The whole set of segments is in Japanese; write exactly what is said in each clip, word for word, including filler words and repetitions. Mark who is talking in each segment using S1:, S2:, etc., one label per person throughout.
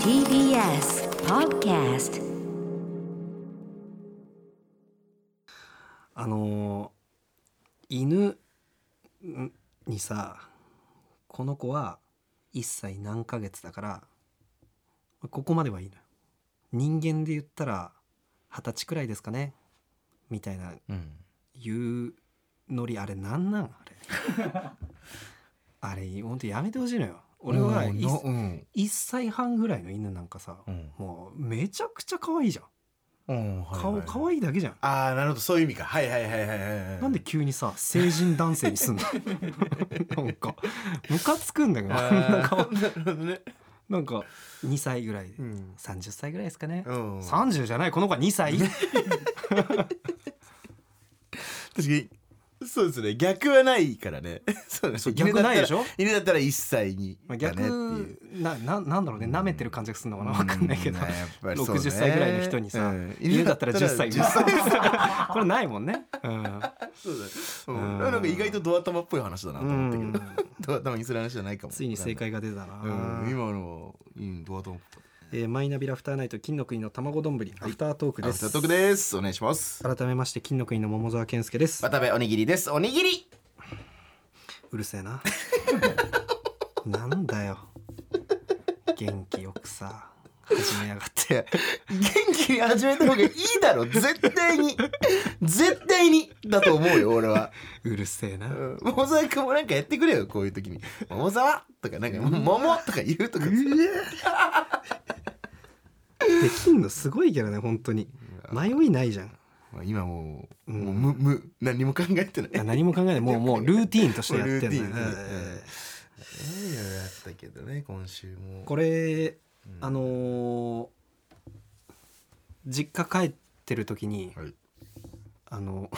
S1: ティービーエス Podcast。
S2: あのー、犬にさ、この子はいっさい何ヶ月だからここまではいいのよ。人間で言ったらはたちくらいですかねみたいな、うん、言うノリ、あれなんなんあれあれほんとやめてほしいのよ。俺は 1,、うん、いっさいはんぐらいの犬なんかさ、うん、もうめちゃくちゃ可愛いじゃん。うん、はいはい、顔可愛いだけじゃん。
S3: ああ、なるほど、そういう意味か。はいはいはいはいはい。
S2: なんで急にさ成人男性にすんのなんかムカつくんだけど、あんな顔。なるほどね。なんかにさいぐらい、うん、さんじゅっさいぐらいですかね、うん、さんじゅうじゃない、この子はにさい
S3: 確かにそうですね、逆はないからね。そうね、
S2: そう逆ないでしょ。
S3: 犬だったらいっさいにだねっていう、
S2: な, な, なんだろうね、舐めてる感じがするのかな、分かんないけど、うん、ろくじゅっさいぐらいの人にさ、うん、犬だったらじゅっさいこれないもんね、うん、
S3: そうだ、うん、なんか意外とドア玉っぽい話だなと思ったけど、うん、ドア玉にする話じゃないかも。
S2: ついに正解が出たな、
S3: うん、今の、うん、ドア玉っぽい。
S2: えー、マイナビラフターナイト金の国の卵丼、はい、アフタートークです。
S3: アフタートークです。お願いします。
S2: 改めまして金の国の桃沢健介です。
S3: 渡部おにぎりです。おにぎり。
S2: うるせえななんだよ、元気よくさ始めやがって
S3: 元気に始めた方がいいだろ絶対に絶対にだと思うよ俺は。
S2: うるせえな、うん、
S3: 桃沢くんもなんかやってくれよ、こういう時に。桃沢とかなんか桃とか言うとかで
S2: きんのすごいけどね、本当に迷いないじゃん。
S3: 今もう、うん、もう無無何も考えてない。いや
S2: 何も考えない、もうもうルーティーンとしてやってるんだよ。
S3: ええー、やったけどね今週も。
S2: これ、うん、あのー、実家帰ってる時に、はい、あの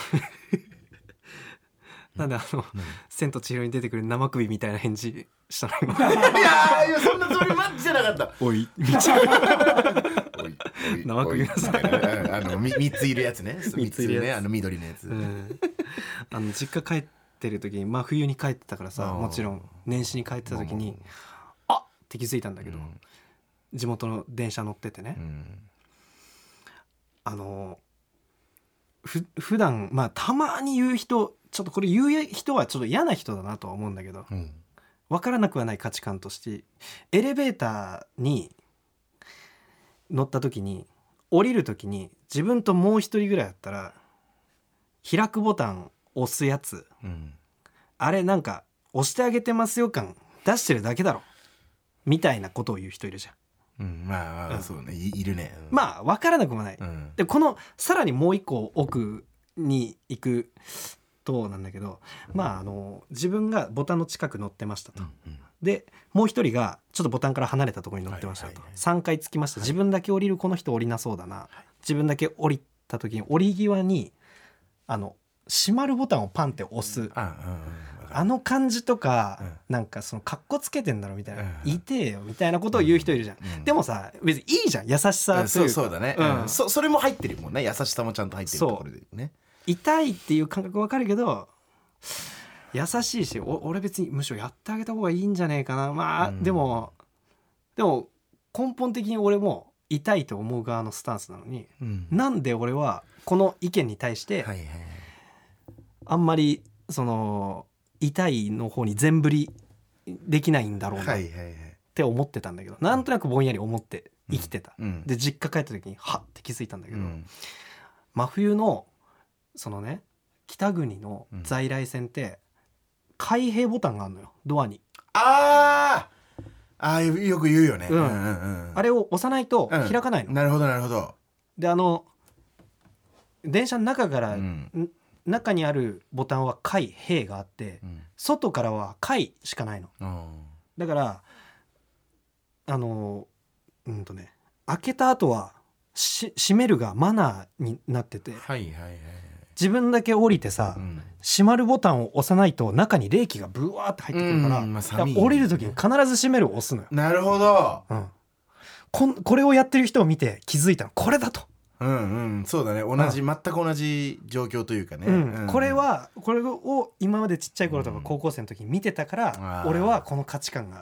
S2: なんであの、うん、千と千尋に出てくる生首みたいな返事したの今。
S3: いやいやそんなつもりマッチじゃなかった。
S2: おいみたいな生首がさ
S3: あのみっついるやつね。みっついるね、あの緑のやつ、うん、
S2: あの実家帰ってる時に、まあ冬に帰ってたからさ、もちろん年始に帰ってた時にあっって気づいたんだけど、うん、地元の電車乗っててね、うん、あのふ普段まあたまに言う人、ちょっとこれ言う人はちょっと嫌な人だなとは思うんだけど、うん、分からなくはない価値観として、エレベーターに乗った時に降りる時に自分ともう一人ぐらいだったら開くボタン押すやつ、うん、あれなんか押してあげてますよ感出してるだけだろみたいなことを言う人いるじゃん、うん、
S3: まあまあそうね、い, いるね、
S2: うん、まあ分からなくもない、うん、でこのさらにもう一個奥に行くとなんだけど、まああの自分がボタンの近く乗ってましたと、うんうん、でもう一人がちょっとボタンから離れたところに乗ってましたと、はいはいはい、さんかいつきました、はい、自分だけ降りるこの人降りなそうだな、はい、自分だけ降りた時に降り際にあの閉まるボタンをパンって押す、うん、あ, あの感じとか、うん、なんかそのカッコつけてんだろみたいな、うん、いてえよみたいなことを言う人いるじゃん、うん、でもさ別にいいじゃん、優しさというか、うん、そう
S3: そうだね、うん、そ, それも入ってるもんね、優しさもちゃんと入ってるところでね。
S2: 痛いっていう感覚わかるけど優しいし、お俺別にむしろやってあげた方がいいんじゃねえかな、まあ、うん、でもでも根本的に俺も痛いと思う側のスタンスなのに、うん、なんで俺はこの意見に対して、はいはい、あんまりその痛いの方に全振りできないんだろうなって思ってたんだけど、なんとなくぼんやり思って生きてた、うん、で実家帰った時にはっって気づいたんだけど、うん、真冬のそのね北国の在来線って開閉ボタンがあるのよ、ドアに。
S3: あーあーよく言うよね、うんうんうん、
S2: あれを押さないと開かないの、
S3: うん、なるほどなるほど。
S2: であの電車の中から、うん、中にあるボタンは開閉があって、うん、外からは開しかないの、うん、だからあのうんとね開けた後はし閉めるがマナーになってて、はいはいはい、自分だけ降りてさ、うん、閉まるボタンを押さないと中に冷気がブワーって入ってくるから、うんまあ、から降りる時に必ず閉めるを押すのよ。
S3: なるほど、うん、
S2: こ, これをやってる人を見て気づいたの、これだと。
S3: うんうんそうだね、同じ、うん、全く同じ状況というかね、
S2: うんうんうん、これはこれを今までちっちゃい頃とか高校生の時に見てたから、うん、俺はこの価値観が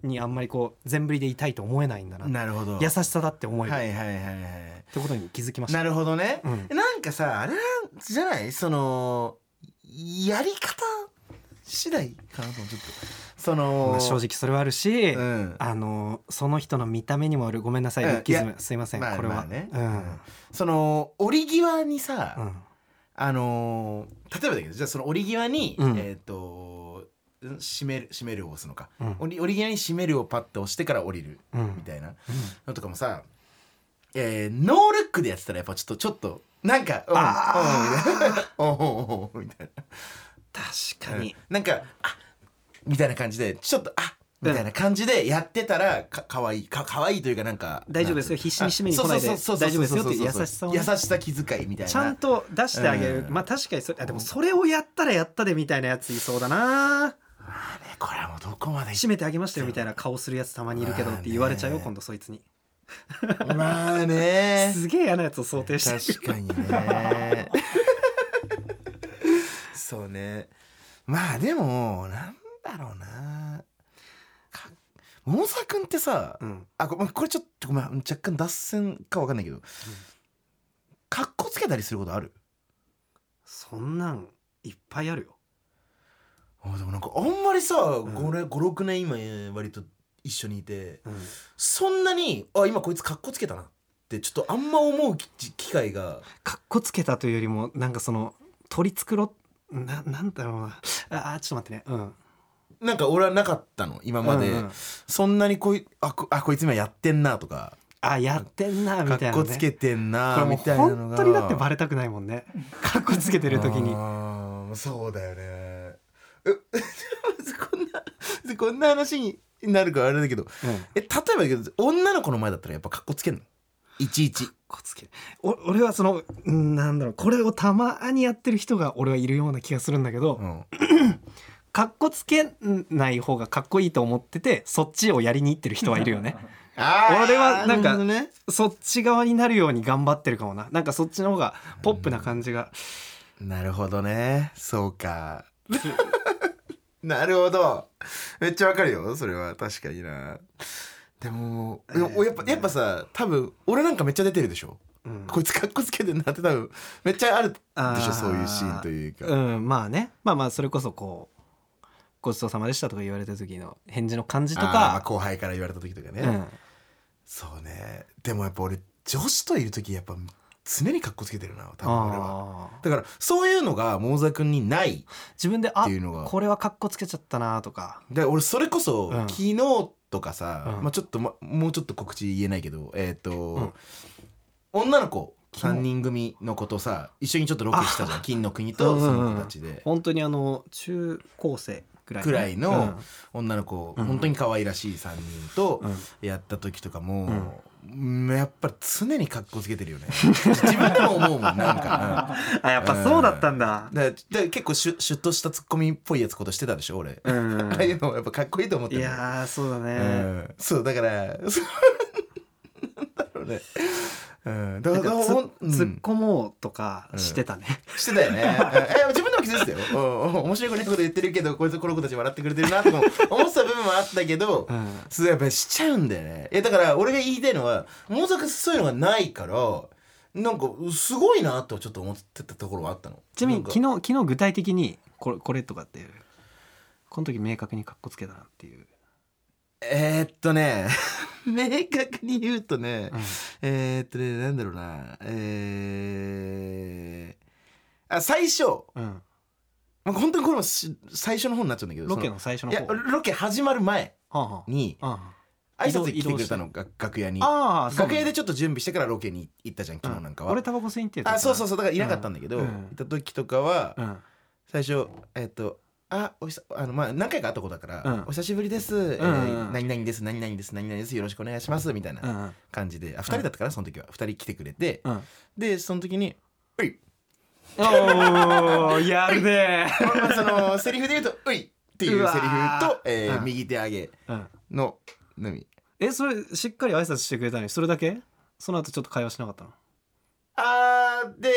S2: にあんまりこう全振りでいたいと思えないんだな、
S3: なるほど、
S2: 優しさだって思える、
S3: はいはいはいはい、
S2: ってことに気づきました。
S3: なるほどね、
S2: うん、
S3: なんかさあれじゃない、そのやり方次第かなと思う、ちょっとその、
S2: まあ、正直それはあるし、
S3: うん、
S2: あのその人の見た目にもある、ごめんなさい、ルッキズム、すいません、
S3: まあ、
S2: これは、
S3: まあね、
S2: うん、
S3: その折り際にさ、
S2: うん、
S3: あのー、例えばだけど、じゃあその折り際に、
S2: うん、
S3: えっ、ー、と閉める閉めるを押すのか、
S2: うん、
S3: 折り折り際に閉めるをパッと押してから降りる、
S2: うん、
S3: みたいな
S2: うん
S3: のとかもさ、えー、ノールックでやってたらやっぱちょっとちょっとなんかうんうんうんうんみたいな、
S2: 確かに、
S3: うん、なんかあみたいな感じでちょっとあみたいな感じでやってたらかかわいいかかわいいというか、なんか
S2: 大丈夫ですよ、必死に締めに来ないで大丈夫ですよっていう優しさを、ね、
S3: 優しさ気遣いみたいな
S2: ちゃんと出してあげる、うん、まあ確かにそれ、あでもそれをやったらやったでみたいなやついそうだな、まあね、
S3: これはもうどこまで
S2: 締めてあげましたよみたいな顔するやつたまにいるけどって言われちゃうよ、今度そいつに。
S3: まあね
S2: すげえ嫌なやつを想定して
S3: 確かにねそうね、まあでもなんだろうな、桃沢くんってさ、うん、あこれちょっとごめん若干脱線か分かんないけど、うん、かっこつけたりすることある？
S2: そんなんいっぱいあるよ。
S3: あでもなんかあんまりさ、うん、ごろくねん今割と一緒にいて、うん、そんなにあ今こいつかっこつけたなってちょっとあんま思う機会が、
S2: かっこつけたというよりもなんかその取り繕っななんだろうなあちょっと待ってね、うん
S3: なんか俺はなかったの今まで、うんうん、そんなにこい あ, こあこいつ今やってんなとか、
S2: あやってんなみたいな、ね、
S3: かっこつけてんなみたいなのが
S2: 本当にだってバレたくないもんねかっこつけてる時に
S3: あそうだよねこんなこんな話になるからあれだけど、うん、え例えばだけど女の子の前だったらやっぱかっこつけんのいちいちかっ
S2: こつけお俺はそのなんだろうこれをたまにやってる人が俺はいるような気がするんだけど、うんかっこつけない方がかっこいいと思っててそっちをやりに行ってる人はいるよね俺はなんか、ね、そっち側になるように頑張ってるかもな、なんかそっちの方がポップな感じが、
S3: うん、なるほどねそうかなるほどめっちゃわかるよそれは確かにな。でも、えー、やっぱやっぱさ多分俺なんかめっちゃ出てるでしょ、うん、こいつかっこつけてんなって多分めっちゃあるでしょそういうシーンというか、
S2: うんまあねまあまあそれこそこうごちそうさまでしたとか言われた時の返事の感じとか、あ、
S3: まあ後輩から言われた時とかね、うん、そうね。でもやっぱ俺女子といる時やっぱ常にかっこつけてるな多分俺は。だからそういうのが桃沢くんにない
S2: 自分で
S3: っていうのが
S2: あこれはかっこつけちゃったなとか。
S3: で俺それこそ、うん、昨日とかさ、うんまあ、ちょっと、ま、もうちょっと告知言えないけどえっ、ー、と、うん、女の子さんにん組の子とさ一緒にちょっとロケしたじゃん金の国とその子たちで、うんうん、
S2: 本当にあの中高生くらい、ね、
S3: くらいの女の子、うん、本当に可愛らしいさんにんとやった時とかも、うん、やっぱり常に格好つけてるよね自分でも思うもんなんか、
S2: うん、あやっぱそうだったんだ、
S3: うん、だだ結構シュシュッとしたツッコミっぽいやつことしてたでしょ俺、うん、ああいうのやっぱかっこいいと思ってる。
S2: いやそうだね、うん、
S3: そうだからなんだろうねうん、だから
S2: 突っ込もうとかしてたね、
S3: うん、してたよねえ自分でも気づいてたよ、うん、面白くないこと言ってるけどこいつこの子たち笑ってくれてるなとか思ってた部分もあったけど、うん、そうやっぱりしちゃうんだよね。いやだから俺が言いたいのは桃沢そういうのがないからなんかすごいなとちょっと思ってたところがあったの。
S2: ちなみに昨日昨日具体的にこれ、これとかっていうこの時明確にカッコつけたなっていう
S3: えー、っとね明確に言うとね、うん、えー、っとねなんだろうなえー、あ最初、うんまあ、本当にこれも最初の方になっちゃうんだけど
S2: ロケの最初の方
S3: いやロケ始まる前に、はあはあ、挨拶に来てくれたのが楽屋にあ楽屋でちょっと準備してからロケに行ったじゃん昨日なんかは、
S2: うん、俺タバコ吸いに行ってた
S3: あそうそうそうだからいなかったんだけど、うん、行った時とかは、うん、最初えー、っとあおひさあのまあ何回か会った子だから、うん、お久しぶりです、うんえー、何々です何々です何々ですよろしくお願いしますみたいな感じで、あふたりだったからその時はふたり来てくれて、うん、でその時に「うい!」
S2: おーやるね
S3: そのセリフで言うと「うい!」っていうセリフと、えーうん、右手上げののみ。
S2: えそれしっかり挨拶してくれたのにそれだけ？その後ちょっと会話しなかったの？
S3: あーで挨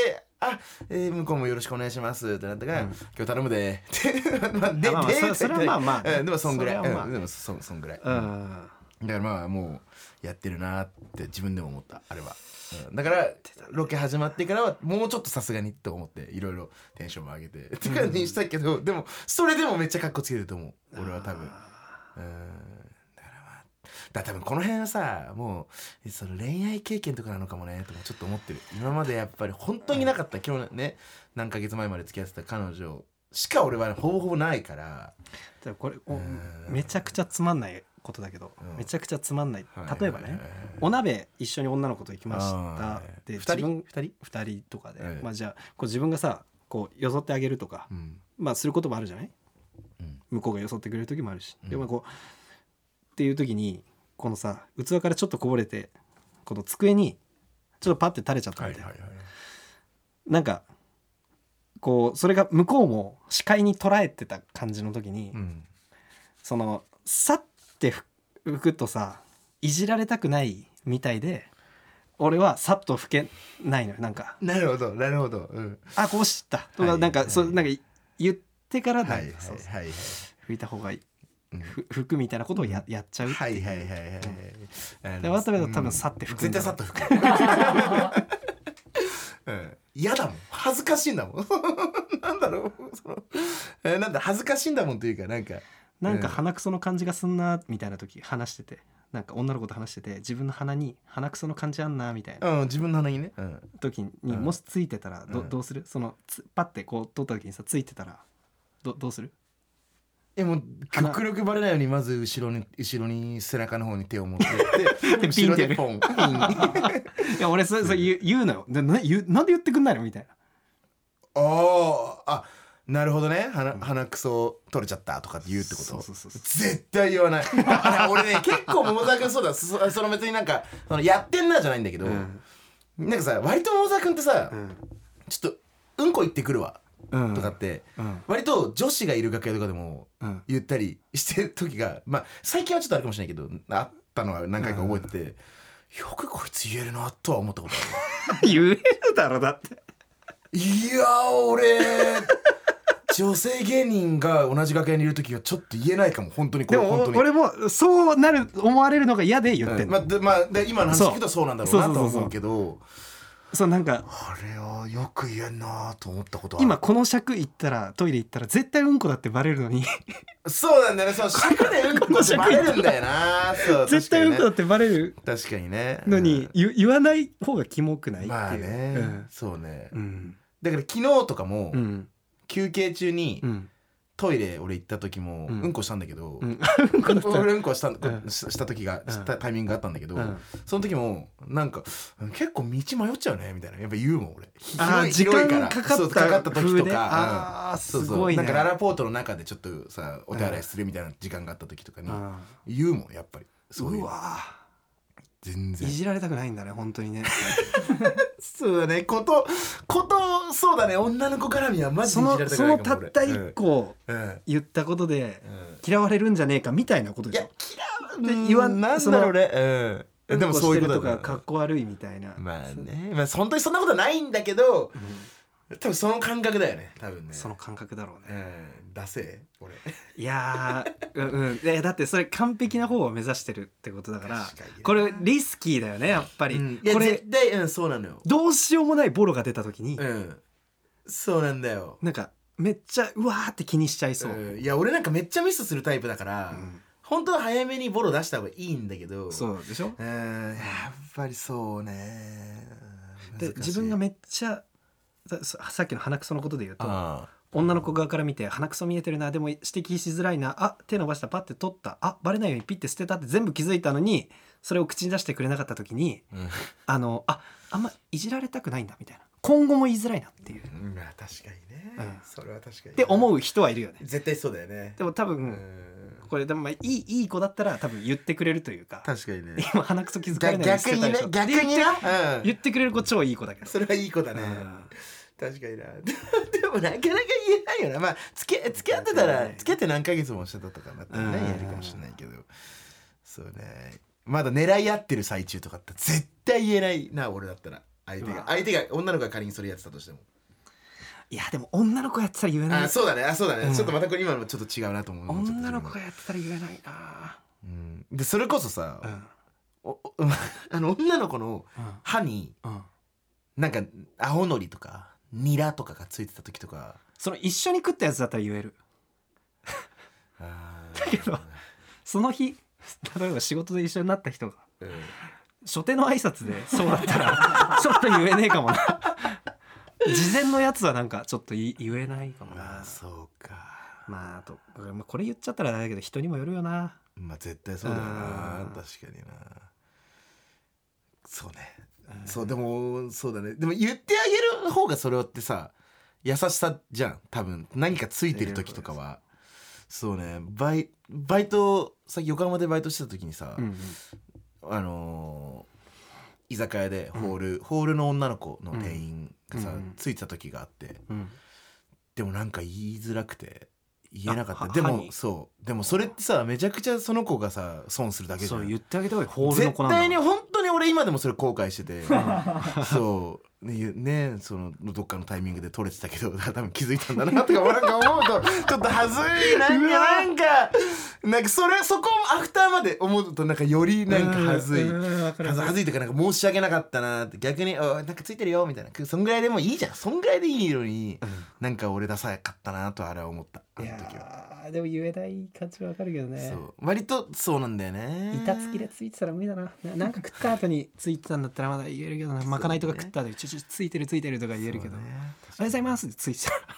S3: あ、えー、向こうもよろしくお願いしますってなったから、うん、今日頼むでまあで、
S2: まあ、
S3: で
S2: それはまあまあ、
S3: うん、でもそんぐらい、
S2: まあ、
S3: うん、でもそそんぐらい、
S2: うん、
S3: だからまあもうやってるなって自分でも思ったあれは、うん、だからロケ始まってからはもうちょっとさすがにって思っていろいろテンションも上げてって感じにしたけど、でもそれでもめっちゃカッコつけてると思う俺は多分。うん、だからまあだ多分この辺はさもうその恋愛経験とかなのかもねとかちょっと思ってる。今までやっぱり本当になかった、今日ね何ヶ月前まで付き合ってた彼女しか俺は、ね、ほぼほぼないから。
S2: これめちゃくちゃつまんないことだけど、うん、めちゃくちゃつまんない、例えばね、はいはいはい、お鍋一緒に女の子と行きましたで
S3: ふたり
S2: 自分ふたりふたりとかで、はい、まあじゃあこう自分がさこうよそってあげるとか、うん、まあすることもあるじゃない、うん、向こうがよそってくれる時もあるし、うん、でもこうっていう時にこのさ器からちょっとこぼれてこの机にちょっとパッて垂れちゃったみたいな、はいはいはい、なんかこうそれが向こうも視界に捉えてた感じの時に、うん、そのさって拭くとさいじられたくないみたいで俺はさっと拭けないのよ。なんか
S3: なるほどなるほど、うん、
S2: あこうしたとか、はい、なんか、はい、そうなんか言ってからなんか、
S3: はいはいはいはい、
S2: 拭いた方がいい、うん、拭くみたいなことを や, やっちゃうっていう。
S3: はいはいはいはい、
S2: うん、で渡辺は多分さって拭く、
S3: 絶対さっと拭くうん、嫌だもん恥ずかしいんだもんなんだろうその、えー、なんだ恥ずかしいんだもんというかなんか
S2: なんか鼻くその感じがすんなみたいな時話しててなんか女の子と話してて自分の鼻に鼻くその感じあんなみたいな、
S3: うん、自分の鼻にね、うん、
S2: 時にもしついてたら ど,、うん、どうするそのパッてこう取った時にさついてたら ど, どうする
S3: えもう極力バレないようにまず後ろに後ろに背中の方に手を持ってで後ろでポンい
S2: や俺それそれ 言, 言うのよで な, 言うなんで言ってくんないのみたいな。
S3: ああなるほどね 鼻, 鼻くそ取れちゃったとかって言うってこと。そうそうそうそう絶対言わない俺ね結構桃沢君そうだ そ, その別になんかそのやってんなじゃないんだけど、うん、なんかさ割と桃沢君ってさ、うん、ちょっとうんこ行ってくるわとかって、うん、割と女子がいる楽屋とかでも言ったりしてる時が、まあ最近はちょっとあるかもしれないけどあったのは何回か覚えてて、うん、よくこいつ言えるなとは思ったことある
S2: 言えるだろだって
S3: いや俺女性芸人が同じ楽屋にいる時はちょっと言えないかも本当にこれ
S2: でも
S3: 本当に
S2: 俺もそうなる思われるのが嫌で言ってんの、
S3: うん、まあ、でまあ、で今の話聞くとそうなんだろうなと思うけど
S2: そうなんか
S3: あれはよく言えんなと思ったことは
S2: 今この尺行ったらトイレ行ったら絶対うんこだってバレるのに
S3: そうなんだよねその尺でうんこってバレるんだよなそう
S2: 絶対うんこだってバレる
S3: 確かにね
S2: のに、うん、言わない方がキモくないっていう
S3: まあね、うん、そうね、
S2: うん、
S3: だから昨日とかも、うん、休憩中に、うんトイレ俺行った時もうんこしたんだけど、うん、俺うんこした、うん、した時が、うん、したタイミングがあったんだけど、うん、その時もなんか結構道迷っちゃうねみたいなやっぱ言うもん俺
S2: あ時間かかった
S3: そうかかった時とか、
S2: ああすごいね
S3: なんかララポートの中でちょっとさお手洗いするみたいな時間があった時とかに言うもんやっぱりそういう
S2: うわ
S3: 全然
S2: いじられたくないんだね本当にね
S3: そうだねことことそうだね女の子絡みはマジでいじられたくないかも
S2: そのたった一個言ったことで嫌われるんじゃねえかみたいなことでしょ。い
S3: や嫌わ言わんなんだろうね、うん、でもそういうこと
S2: だとかかっこ悪いみたいな
S3: まあねまあ本当にそんなことないんだけど、うん、多分その感覚だよね多分ね
S2: その感覚だろうね、
S3: うん、ダセえ俺
S2: いやー、うんうん、いやだってそれ完璧な方を目指してるってことだからこれリスキーだよねやっぱり、うん、
S3: いや
S2: これ
S3: 絶対、うん、そうなのよ
S2: どうしようもないボロが出た時に、
S3: うん、そうなんだよ
S2: なんかめっちゃうわーって気にしちゃいそう、
S3: うん、いや俺なんかめっちゃミスするタイプだから、うん、本当は早めにボロ出した方がいいんだけど
S2: そうでしょ、
S3: うん、やっぱりそうね
S2: で自分がめっちゃさっきの鼻くそのことで言うと女の子側から見て鼻くそ見えてるなでも指摘しづらいなあ手伸ばしたパッて取ったあバレないようにピッて捨てたって全部気づいたのにそれを口に出してくれなかった時に、うん、あのああんまいじられたくないんだみたいな今後も言いづらいなっていう、
S3: うん、まあ確かにね、うん、それは確かに
S2: って思う人はいるよね
S3: 絶対そうだよね
S2: でも多分これでもまあいいいい子だったら多分言ってくれるというか
S3: 確かにね
S2: 今鼻くそ気づかれないようにしてたでしょ
S3: 逆にね逆にな、
S2: うん、言ってくれる子超いい子だけど
S3: それはいい子だね、うん確かになでもなかなか言えないよなまあ付き付き合ってたら付き合って何ヶ月もしてたとかなったらねやるかもしれないけどそうねまだ狙い合ってる最中とかって絶対言えないな俺だったら相手が相手が女の子が仮にそれやってたとしても
S2: いやでも女の子やってたら言えない。
S3: あそうだねあそうだね、
S2: うん、
S3: ちょっとまたこれ今のもちょっと違うなと思う。
S2: 女の子がやってたら言えないな、
S3: うん、でそれこそさ、
S2: うん、
S3: おおあの女の子の歯に、
S2: うんうん、
S3: なんか青のりとかニラとかがついてた時とか、
S2: その一緒に食ったやつだったら言える
S3: あ
S2: だけどその日例えば仕事で一緒になった人が、
S3: うん、
S2: 初手の挨拶でそうだったらちょっと言えねえかもな事前のやつはなんかちょっと言えないかもな。
S3: あそうか。
S2: まああとこれ言っちゃったらあれだけど人にもよるよな。
S3: まあ絶対そうだよな、確かにな。そうね、そうでもそうだね。でも言ってあげる方がそれってさ優しさじゃん多分。何かついてる時とかはそうね。バイバイトさ横浜でバイトしてた時にさ、うんうん、あのー、居酒屋でホール、うん、ホールの女の子の店員がさ、うん、ついてた時があって、うん、でもなんか言いづらくて言えなかった。でもそうでもそれってさめちゃくちゃその子がさ損するだけじゃん。
S2: そう言ってあげた方がいい。ホールの子なんだ。
S3: 絶対に本当に俺今でもそれ後悔しててそうね, ねそのどっかのタイミングで取れてたけど多分気づいたんだなとかなんか思うとちょっと恥ずいなんかなんかなんかそれそこアフターまで思うとなんかよりなんか恥ずい恥ずいとかなんか申し訳なかったなって逆にあなんかついてるよみたいなそんぐらいでもいいじゃんそんぐらいでいいのに、うん、なんか俺ダサかったなとあれは思ったあの時は。
S2: いやでも言えない感じはわかるけどね。
S3: そう割とそうなんだよね。
S2: 板付きでついてたら無理だな。なんか食った後についてたんだったらまだ言えるけどな、ね、まかないとか食った後にちょちょついてるついてるとか言えるけど、ね、ありがとうございますってついてたら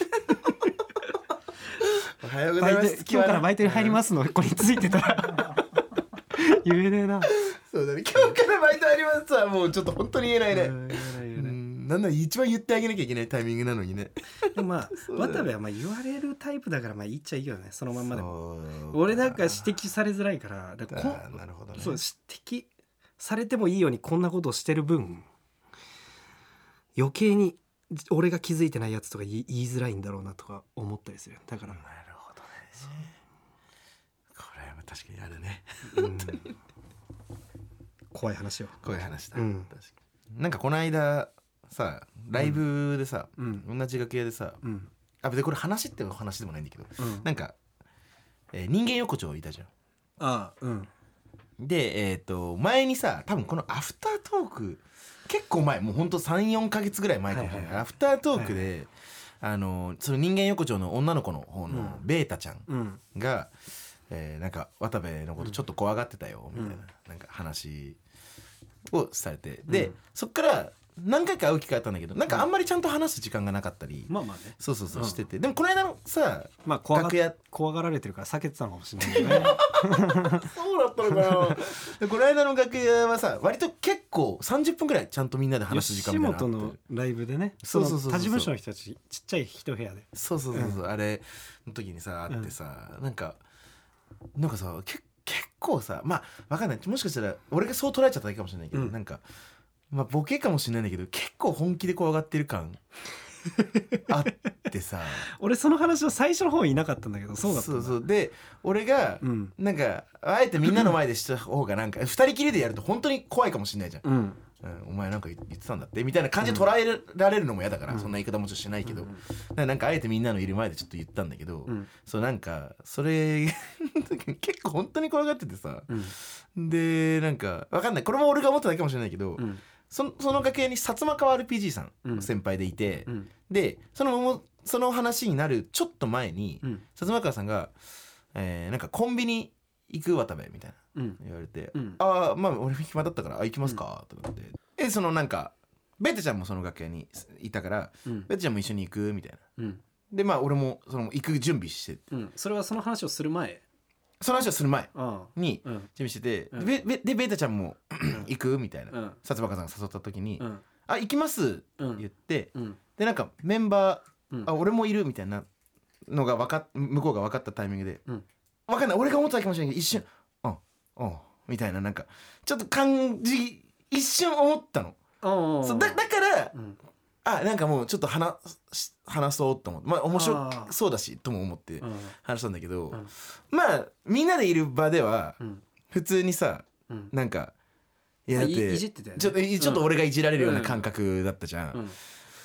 S3: おはようございます。
S2: 今日からバイトに入りますのこれについてたら言えねえな。
S3: そうだね今日からバイト入りますはもうちょっと本当に言えないね。言えない言えない。なんだ一番言ってあげなきゃいけないタイミングなのにね。
S2: でもまあ渡部はまあ言われるタイプだからまあ言っちゃいいよねそのまんまでも。俺なんか指摘されづらいからだからこ
S3: あなるほどね。
S2: そう指摘されてもいいようにこんなことをしてる分余計に俺が気づいてないやつとか言い、言いづらいんだろうなとか思ったりする。だから
S3: なるほどね。これは確かにあるね、
S2: うん、怖い話よ。
S3: 怖い話だ、
S2: うん、
S3: 確かに。なんかこの間さライブでさ、うん、同じ楽屋でさ、うん、あ別にこれ話っていう話でもないんだけど、うん、なんか、えー、人間横丁いたじゃん。
S2: ああうん
S3: でえっ、ー、と前にさ多分このアフタートーク結構前もうほんと さん,よん ヶ月ぐらい前かもしれない、はいはい、アフタートークで、はいはい、あのその人間横丁の女の子の方のベータちゃんが、うんえー、なんか渡部のことちょっと怖がってたよみたいな、うん、なんか話をされて、で、うん、そっから何回か会う機会あったんだけどなんかあんまりちゃんと話す時間がなかったり、
S2: まあまあね
S3: そうそうそうしてて、うん、でもこの間のさ、
S2: まあ、怖が楽屋怖がられてるから避けてたのかもしれないね
S3: そうだったのかなでこの間の楽屋はさ割と結構さんじゅっぷんぐらいちゃんとみんなで話す時間みたいなのあって、吉本のライブでねそうそうそうそう他事務所の人たちちっちゃい一部屋でそうそうそうそう、うん、あれの時にさ会ってさ、うん、なんかなんかさけ結構さまあわかんないもしかしたら俺がそう捉えちゃっただけかもしれないけど、うん、なんかまあ、ボケかもしれないんだけど結構本気で怖がってる感あってさ
S2: 俺その話は最初の方いなかったんだけどそうだったんだ。
S3: そうそうで俺が、うん、なんかあえてみんなの前でした方がなんかふたりきりでやると本当に怖いかもしれないじゃん、うんうん、お前なんか言ってたんだってみたいな感じで捉えられるのも嫌だから、うん、そんな言い方もちょっとしないけど、うん、だからなんかあえてみんなのいる前でちょっと言ったんだけど、うん、そうなんかそれ結構本当に怖がっててさ、うん、でなんかわかんないこれも俺が思っただけかもしれないけど、うんそ, その楽屋に薩摩川 アールピージー さん、うん、先輩でいて、うん、でそのその話になるちょっと前に、うん、薩摩川さんが、えー、なんかコンビニ行く渡部みたいな、うん、言われて、うん、ああまあ俺暇だったからあ行きますか、うん、とかってでそのなんかベテちゃんもその楽屋にいたから、うん、ベテちゃんも一緒に行くみたいな、うん、でまあ俺もその行く準備して、
S2: うん、それはその話をする前
S3: その話をする前に準備してて、うん、で, で, でベータちゃんも行くみたいな、うん、薩摩川さんが誘った時に、うん、あ行きますって言って、うん、でなんかメンバー、うん、あ俺もいるみたいなのが分かっ向こうが分かったタイミングで、うん、分かんない俺が思ったかもしれないけど一瞬うんうんみたいななんかちょっと感じ一瞬思ったの。そう だ, だから、うんあなんかもうちょっと 話, 話そうと思って、まあ面白そうだしとも思って話したんだけど、うん、まあみんなでいる場では普通にさ、うん、なんかいやだって
S2: いじってたよね、
S3: ちょっとちょっと俺がいじられるような感覚だったじゃん、うんうん、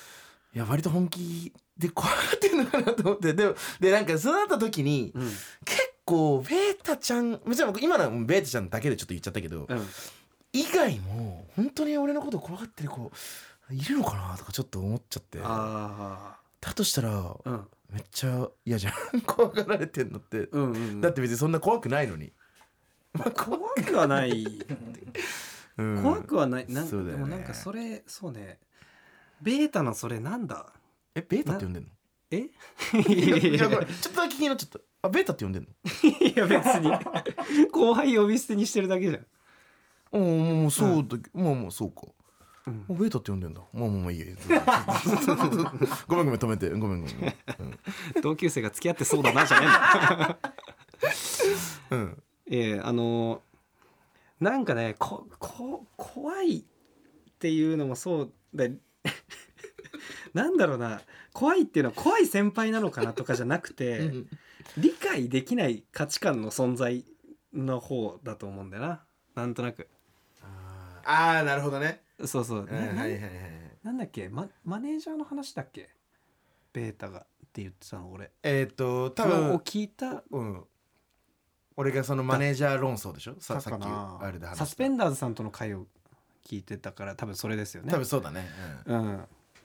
S3: いや割と本気で怖がってるのかなと思って、でもでなんかそうなった時に、
S2: うん
S3: 結構ベータちゃんもちろん今のはベータちゃんだけでちょっと言っちゃったけど、
S2: うん
S3: 以外も本当に俺のこと怖がってる子いるのかなとかちょっと思っちゃって、
S2: あ
S3: だとしたら、
S2: あうん
S3: めっちゃ嫌じゃん怖がられてんのって、
S2: うんうんうん
S3: だって別にそんな怖くないのに、
S2: 怖くはない
S3: うん
S2: 怖くはないなん
S3: そうだよね
S2: でもなんかそれそうねベータのそれなんだ
S3: えベータって呼んでんの
S2: え
S3: いやいやこれちょっとだけ気になっちゃった。あベータって呼んでんの？
S2: いや別に後輩呼び捨てにしてるだけじゃん
S3: おおもうそうだけど、まあまあそうか、
S2: うん
S3: おベータって呼んでんだ。まあまあまあいいやごめんごめん止めてごめんごめん、うん
S2: 同級生が付き合ってそうだなじゃねえんだ
S3: うん
S2: ええあのーなんかねここ怖いっていうのもそうだなんだろうな怖いっていうのは怖い先輩なのかなとかじゃなくて理解できない価値観の存在の方だと思うんだよななんとなく
S3: ああなるほどね、
S2: そうそう、
S3: はいはい
S2: な
S3: はいはい
S2: なんだっけ、ママネージャーの話だっけベータがって言ってたの俺
S3: えっ、ー、と多
S2: を
S3: 分
S2: 聞いた
S3: うん俺がそのマネージャー論争でしょさ
S2: だ
S3: さっき
S2: かな
S3: あれで話した
S2: サスペンダーズさんとの会を聞いてたから多分それですよね
S3: 多分そうだね、うん
S2: うん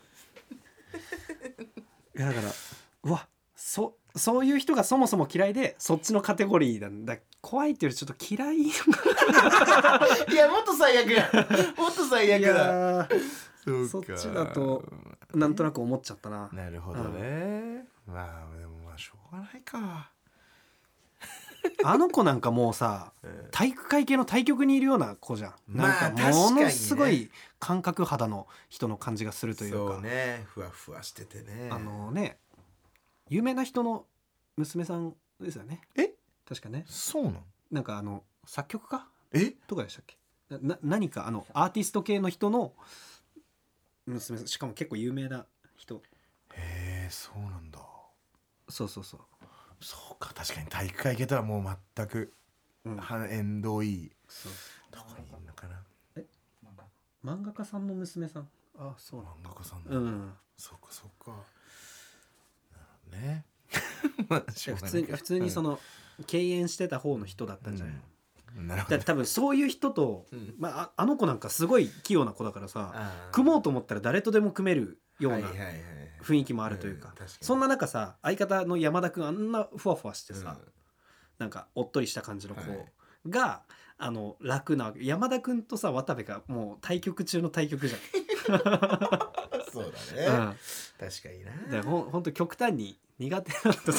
S2: いやだからうわそそういう人がそもそも嫌いでそっちのカテゴリーなんだ怖いっていうよりちょっと嫌いい
S3: いやもっと最悪やもっと最悪だ
S2: やー
S3: そか
S2: そうっちだとなんとなく思っちゃったな
S3: なるほどね、まあでもまあしょうがないか
S2: あの子なんかもうさ体育会系の対局にいるような子じゃん、
S3: まあ
S2: なんかもの
S3: 確かにね
S2: すごい感覚肌の人の感じがするというか
S3: そうねふわふわしててね
S2: あのね有名な人の娘さんですよね
S3: え
S2: 確かね
S3: そうなん
S2: なんかあの作曲家
S3: え
S2: とかでしたっけなな何かあのアーティスト系の人の娘さんしかも結構有名な人
S3: へえそうなんだ
S2: そうそうそう、
S3: そうか確かに体育会系とはもう全く
S2: うん、
S3: は縁遠い
S2: そう
S3: とこにいるのかな
S2: 漫画家さんの娘さんあそうなん
S3: 漫画家さんだ、
S2: うん
S3: そうかそうかなるほどねまあしょう
S2: 普
S3: がないか
S2: 通に普通にその、敬遠してた方の人だったんじゃない、
S3: うんなるほど
S2: だって多分そういう人と、
S3: うん
S2: まあ、ああの子なんかすごい器用な子だからさ
S3: あー
S2: 組もうと思ったら誰とでも組めるような
S3: はいはいはい
S2: 雰囲気もあるというか,、
S3: うん確かに
S2: そんな中さ相方の山田君あんなふわふわしてさ、
S3: うん
S2: なんかおっとりした感じの子
S3: はい
S2: が、あの楽なわけ山田君とさ渡部がもう対局中の対局じ
S3: そうだね、
S2: ゃん、うん、
S3: 確かにな
S2: だからほんほんと極端に苦手なんだと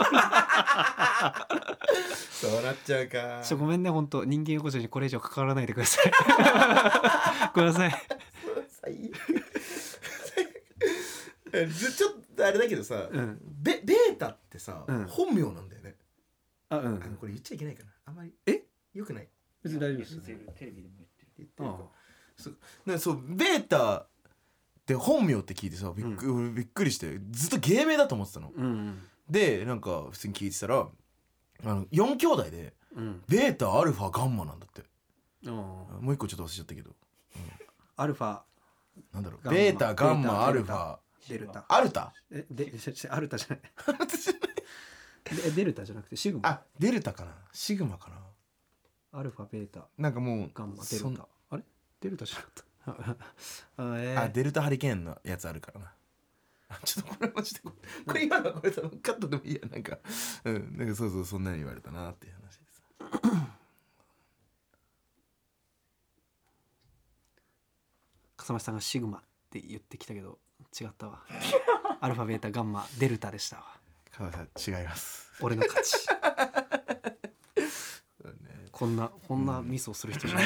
S3: そうなっちゃうか
S2: ちょごめんね本当人間横丁にこれ以上関わらないでくださいごめんなさい
S3: 最悪ずちょっとあれだけどさ、
S2: うん
S3: ベベータってさ、
S2: うん
S3: 本名なんだよね、
S2: あうん
S3: あのこれ言っちゃいけないかなあんまり
S2: え
S3: よくない
S2: 別に大丈夫ですよ、
S4: テレビでも言ってる
S3: 言ってるか
S2: あ
S3: そうなんかそうベータって本名って聞いてさびっく,、俺びっくりしてずっと芸名だと思ってたの、
S2: うんうん
S3: でなんか普通に聞いてたらあのよん兄弟で
S2: うん
S3: ベータアルファガンマなんだって
S2: うん
S3: もう一個ちょっと忘れちゃったけど
S2: アルファ
S3: なんだろう
S2: ガンマ
S3: ベータガンマア
S2: ベータ
S3: ルファ
S2: デルタ
S3: アルタ
S2: えでアルタじゃないでデルタじゃなくてシグマ
S3: あデルタかなシグマかな
S2: アルファベータ
S3: なんかもう
S2: ガンマデ
S3: そん
S2: ルタあれデルタじゃなかったあ、えー、
S3: あデルタハリケーンのやつあるからなあちょっとこれマジでこれこれ今のはこれ多分カットでもいいやなんかうんなんかそうそうそんなに言われたなっていう話です
S2: 笠間さんがシグマって言ってきたけど違ったわアルファベータガンマデルタでしたわ
S3: 川田さん違います
S2: 俺の勝ちこんなこんなミスをする人じゃない、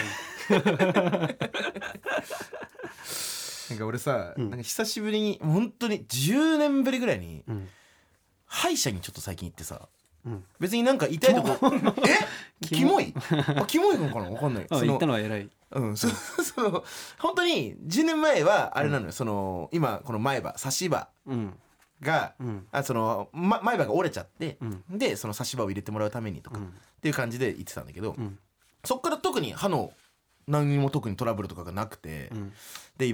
S3: なんか俺さ、
S2: うん
S3: なんか久しぶりに本当にじゅうねんぶりぐらいに
S2: うん
S3: 歯医者にちょっと最近行ってさ
S2: うん、
S3: 別になんか痛いとこえキモいあキモいのかな分かんないその
S2: あ言ったのは偉い
S3: うん、そその本当にじゅうねんまえはあれなのよ、その今この前歯差し歯
S2: うん
S3: が、
S2: うん
S3: あその、ま、前歯が折れちゃって、
S2: うん
S3: でその差し歯を入れてもらうためにとか、
S2: うん
S3: っていう感じで言ってたんだけど、
S2: うん
S3: そっから特に歯の何にも特にトラブルとかがなくて、
S2: うん
S3: で今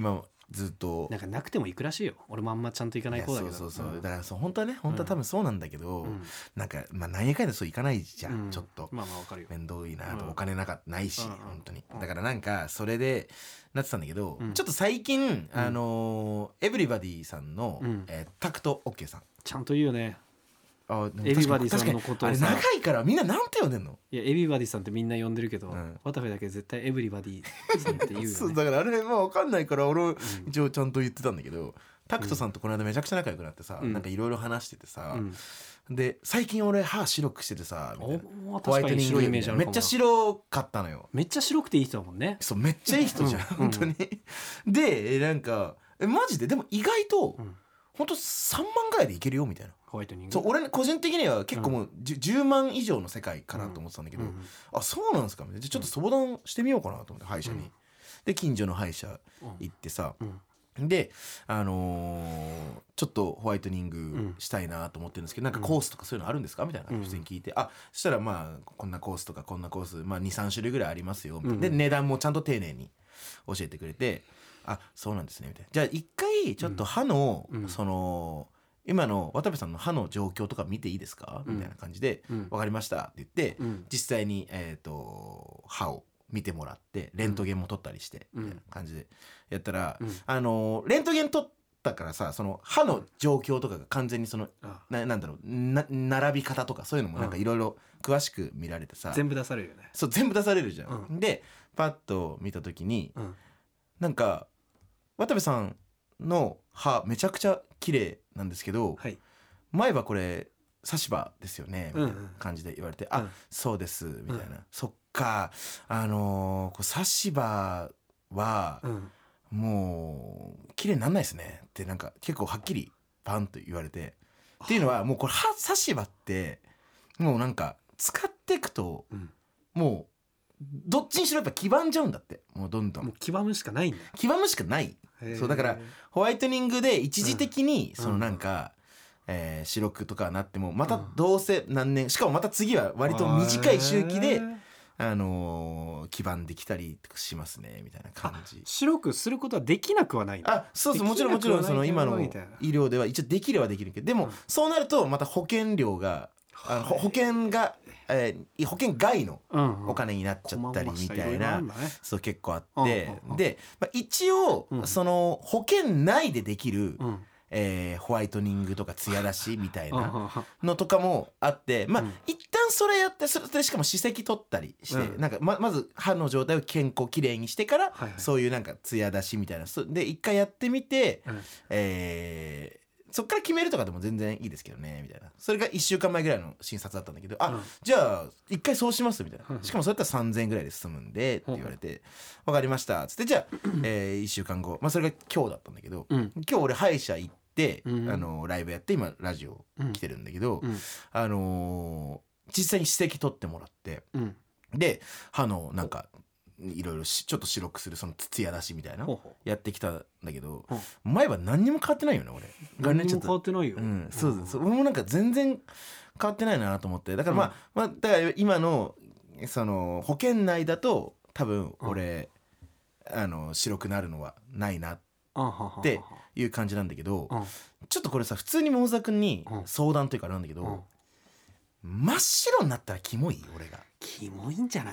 S3: ずっと
S2: なんかなくても行くらしいよ。俺もあんまちゃんと行かない方だけど。
S3: いやそうそうそう、
S2: ん
S3: だからそう本当はね本当は多分そうなんだけど、
S2: うん
S3: なんかまあ何やかんやそういかないじゃん、
S2: うん
S3: ちょっと
S2: まあまあわかるよ。
S3: 面倒いなと、
S2: うん
S3: お金なかないし、
S2: うん
S3: 本当に
S2: うん
S3: だからなんかそれでなってたんだけど、
S2: うん
S3: ちょっと最近、あのーエブリバディさんの、
S2: うん
S3: えータクト OK さん、
S2: ちゃんと言うよね。
S3: あでも
S2: エビバディ
S3: 確かに
S2: さんのことをさ
S3: 確かにあれ長いからみんななんて呼んでんの？
S2: いやエビバディさんってみんな呼んでるけど、
S3: うん
S2: 渡部だけ絶対エブリバディさんって言うよね。
S3: そうだからあれまあ分かんないから俺
S2: ん
S3: 一応ちゃんと言ってたんだけど、タクトさんとこの間めちゃくちゃ仲良くなってさ、
S2: うん
S3: なんかいろいろ話しててさ、
S2: うん
S3: で最近俺歯白くしててさみたいな、
S2: お
S3: ホワイトニング
S2: 白いイメージあるかもな
S3: めっちゃ白かったのよ。
S2: めっちゃ白くていい人だもんね。
S3: そうめっちゃいい人じゃん、
S2: うん
S3: 本当にでえなんかえマジででも意外と、
S2: うん
S3: ほんとさんまんぐらいでいけるよみたいな。
S2: ホワイトニング。
S3: そう俺個人的には結構もう 10, じゅうまん以上の世界かなと思ってたんだけど、
S2: うんうん
S3: あそうなんですかみたいな。じゃあちょっと相談してみようかなと思って歯医者に、
S2: うん
S3: で近所の歯医者行ってさ、
S2: うん
S3: であのーちょっとホワイトニングしたいなと思ってるんですけど、なんかコースとかそういうのあるんですかみたいな
S2: うん
S3: 普通に聞いて、あそしたらまあこんなコースとかこんなコース、まあ、にさん種類ぐらいありますよみたいな、
S2: うん
S3: で値段もちゃんと丁寧に教えてくれて、あそうなんですねみたいな。じゃあ一回ちょっと歯の、
S2: うん
S3: その今の渡部さんの歯の状況とか見ていいですかみたいな感じで、
S2: うん
S3: 分かりましたって言って、
S2: うん
S3: 実際に、えー、と歯を見てもらってレントゲンも取ったりして、
S2: うん
S3: みたいな感じでやったら、
S2: うん
S3: あのーレントゲン取ったからさその歯の状況とかが完全にその
S2: あ
S3: ななんだろうな並び方とかそういうのもなんかいろいろ詳しく見られてさ、
S2: 全部出されるよね。
S3: そう全部出されるじゃん、
S2: う
S3: でパッと見た時に
S2: うん
S3: なんか渡部さんの歯めちゃくちゃ綺麗なんですけど、
S2: はい。
S3: 前歯これ差し歯ですよねみたいな
S2: うんうん
S3: 感じで言われて、あ
S2: うん
S3: そうですみたいな、
S2: うん
S3: そっかあのーこう差し歯は
S2: うん
S3: もう綺麗になんないですねってなんか結構はっきりパンと言われて、っていうのはもうこれ歯差し歯ってもうなんか使っていくと
S2: うん
S3: もうどっちにしろやっぱ黄ばんじゃうんだって、もうどんど
S2: もうん黄ばむしかないんだ。
S3: 黄ばむしかない。そうだからホワイトニングで一時的に
S2: うん
S3: そのなんか、えー白くとかなってもまたどうせ何年しかもまた次は割と短い周期で、
S2: へー
S3: あのー黄ばんできたりしますねみたいな感じ。
S2: 白くすることはできなくはないんだ。
S3: あそうそうもちろんもちろんその
S2: できな
S3: 今の
S2: くはないけどみたいな
S3: 医療では一応できればできるけどでも、
S2: うん
S3: そうなるとまた保険料があのほ保険が、えー保険外の
S2: うんうん
S3: お金になっちゃったりみたいな、
S2: 細々した色々あんだね
S3: そう結構あって、
S2: うんうんうん
S3: で、まあ、一応、
S2: うん
S3: その保険内でできる、
S2: うん
S3: えーホワイトニングとかツヤ出しみたい
S2: うんうん
S3: なのとかもあってまあ、
S2: うん
S3: 一旦それやってそれでしかも歯石取ったりして、
S2: うん
S3: なんか ま, まず歯の状態を健康きれいにしてから、
S2: はいはい
S3: そういうなんかツヤ出しみたいなそで一回やってみて、
S2: うん
S3: えーそっから決めるとかでも全然いいですけどねみたいな。それがいっしゅうかんまえぐらいの診察だったんだけど、あ、
S2: うん
S3: じゃあ一回そうしますみたいな。
S2: うん
S3: しかもそれだったらさんぜんえんぐらいで済むんでって言われて、分かりましたっつって、じゃあ、えー、いっしゅうかんご、まあそれが今日だったんだけど、
S2: うん
S3: 今日俺歯医者行って、
S2: うん
S3: あのライブやって今ラジオ来てるんだけど、
S2: うん
S3: あのー実際に歯石取ってもらって
S2: うん
S3: で歯のなんかいろいろしちょっと白くするそのツヤ出しみたいな
S2: ほうほ
S3: やってきたんだけど、
S2: うん
S3: 前歯何にも変わってないよね俺がね
S2: 何にも
S3: ちょっと
S2: 変わってないよ。
S3: うん、そうそうそう俺もなんか全然変わってないなと思ってだからまあ、まあだから今のその保険内だと多分俺、あの白くなるのはないなっ
S2: あははは
S3: ていう感じなんだけど、
S2: うん
S3: ちょっとこれさ普通に桃沢君に
S2: うん
S3: 相談というかなんだけど、
S2: うん
S3: 真っ白になったらキモい俺が
S2: キモいんじゃない？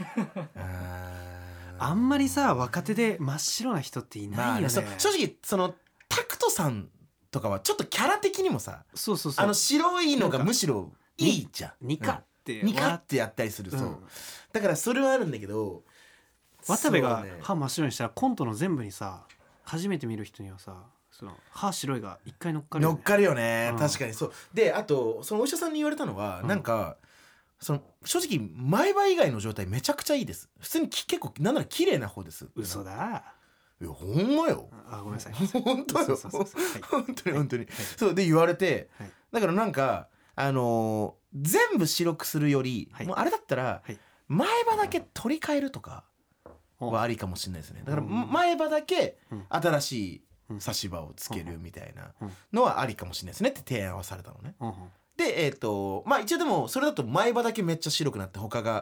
S3: あー
S2: あんまりさ若手で真っ白な人っていないよね。
S3: まあねそう正直そのタクトさんとかはちょっとキャラ的にもさ
S2: そうそうそう。
S3: あの白いのが
S2: なんか
S3: むしろいいじゃん
S2: ニカって
S3: ニカってやったりする、
S2: うん
S3: そうだからそれはあるんだけど
S2: 渡部が
S3: そうね
S2: 歯真っ白にしたらコントの全部にさ初めて見る人にはさその歯白いが一回乗っかるよね。
S3: 乗っかるよね、
S2: うん
S3: 確かにそうであとそのお医者さんに言われたのは、
S2: うん
S3: なんかその正直前歯以外の状態めちゃくちゃいいです普通にき結構なんなら綺麗な方です
S2: 嘘だ。
S3: いやほんまよ
S2: あごめんなさい。
S3: 本当よ
S2: そうそうそうそうはい
S3: 本当に本当に、
S2: はい
S3: そうで言われて、
S2: はい
S3: だからなんかあのー全部白くするより、
S2: はい
S3: もうあれだったら、
S2: はい
S3: 前歯だけ取り替えるとかはありかもしれないですねだから
S2: うん
S3: 前歯だけ
S2: うん
S3: 新しい
S2: うん
S3: 差し歯をつけるみたいな
S2: うん
S3: のはありかもしれないですねって提案はされたのね
S2: うんうん
S3: でえっ、とまあ一応でもそれだと前歯だけめっちゃ白くなって他が